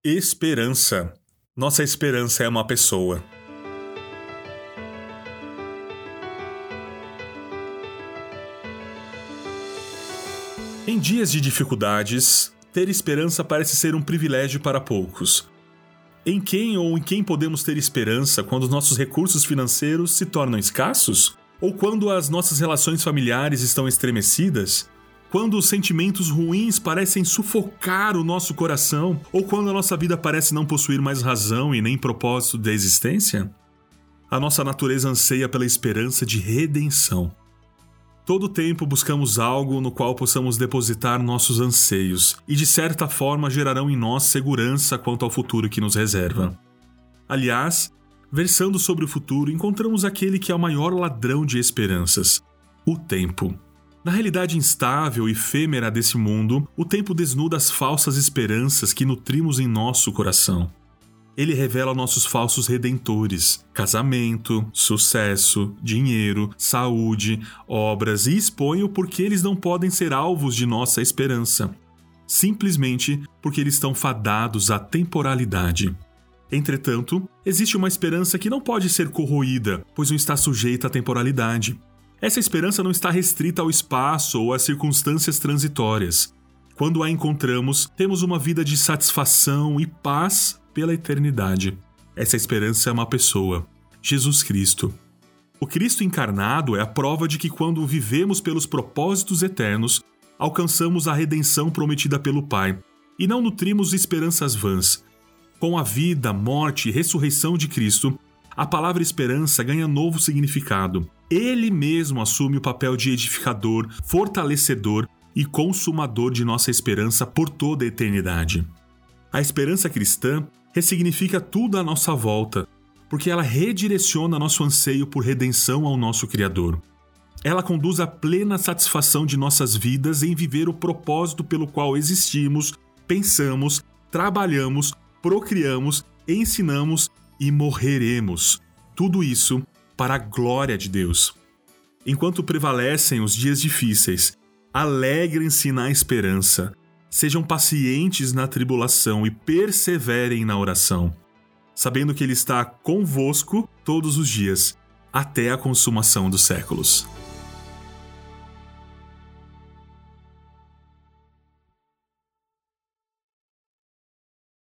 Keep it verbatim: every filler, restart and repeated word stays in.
Esperança. Nossa esperança é uma pessoa. Em dias de dificuldades, ter esperança parece ser um privilégio para poucos. Em quem ou em quem podemos ter esperança quando os nossos recursos financeiros se tornam escassos? Ou quando as nossas relações familiares estão estremecidas? Quando os sentimentos ruins parecem sufocar o nosso coração? Ou quando a nossa vida parece não possuir mais razão e nem propósito da existência? A nossa natureza anseia pela esperança de redenção. Todo o tempo buscamos algo no qual possamos depositar nossos anseios e, de certa forma, gerarão em nós segurança quanto ao futuro que nos reserva. Aliás, versando sobre o futuro, encontramos aquele que é o maior ladrão de esperanças: o tempo. Na realidade instável e efêmera desse mundo, o tempo desnuda as falsas esperanças que nutrimos em nosso coração. Ele revela nossos falsos redentores: casamento, sucesso, dinheiro, saúde, obras, e expõe o porquê eles não podem ser alvos de nossa esperança, simplesmente porque eles estão fadados à temporalidade. Entretanto, existe uma esperança que não pode ser corroída, pois não está sujeita à temporalidade. Essa esperança não está restrita ao espaço ou às circunstâncias transitórias. Quando a encontramos, temos uma vida de satisfação e paz pela eternidade. Essa esperança é uma pessoa: Jesus Cristo. O Cristo encarnado é a prova de que quando vivemos pelos propósitos eternos, alcançamos a redenção prometida pelo Pai e não nutrimos esperanças vãs. Com a vida, morte e ressurreição de Cristo, a palavra esperança ganha novo significado. Ele mesmo assume o papel de edificador, fortalecedor e consumador de nossa esperança por toda a eternidade. A esperança cristã ressignifica tudo à nossa volta, porque ela redireciona nosso anseio por redenção ao nosso Criador. Ela conduz à plena satisfação de nossas vidas em viver o propósito pelo qual existimos, pensamos, trabalhamos, procriamos, ensinamos e morreremos. Tudo isso para a glória de Deus. Enquanto prevalecem os dias difíceis, alegrem-se na esperança, sejam pacientes na tribulação e perseverem na oração, sabendo que Ele está convosco todos os dias, até a consumação dos séculos.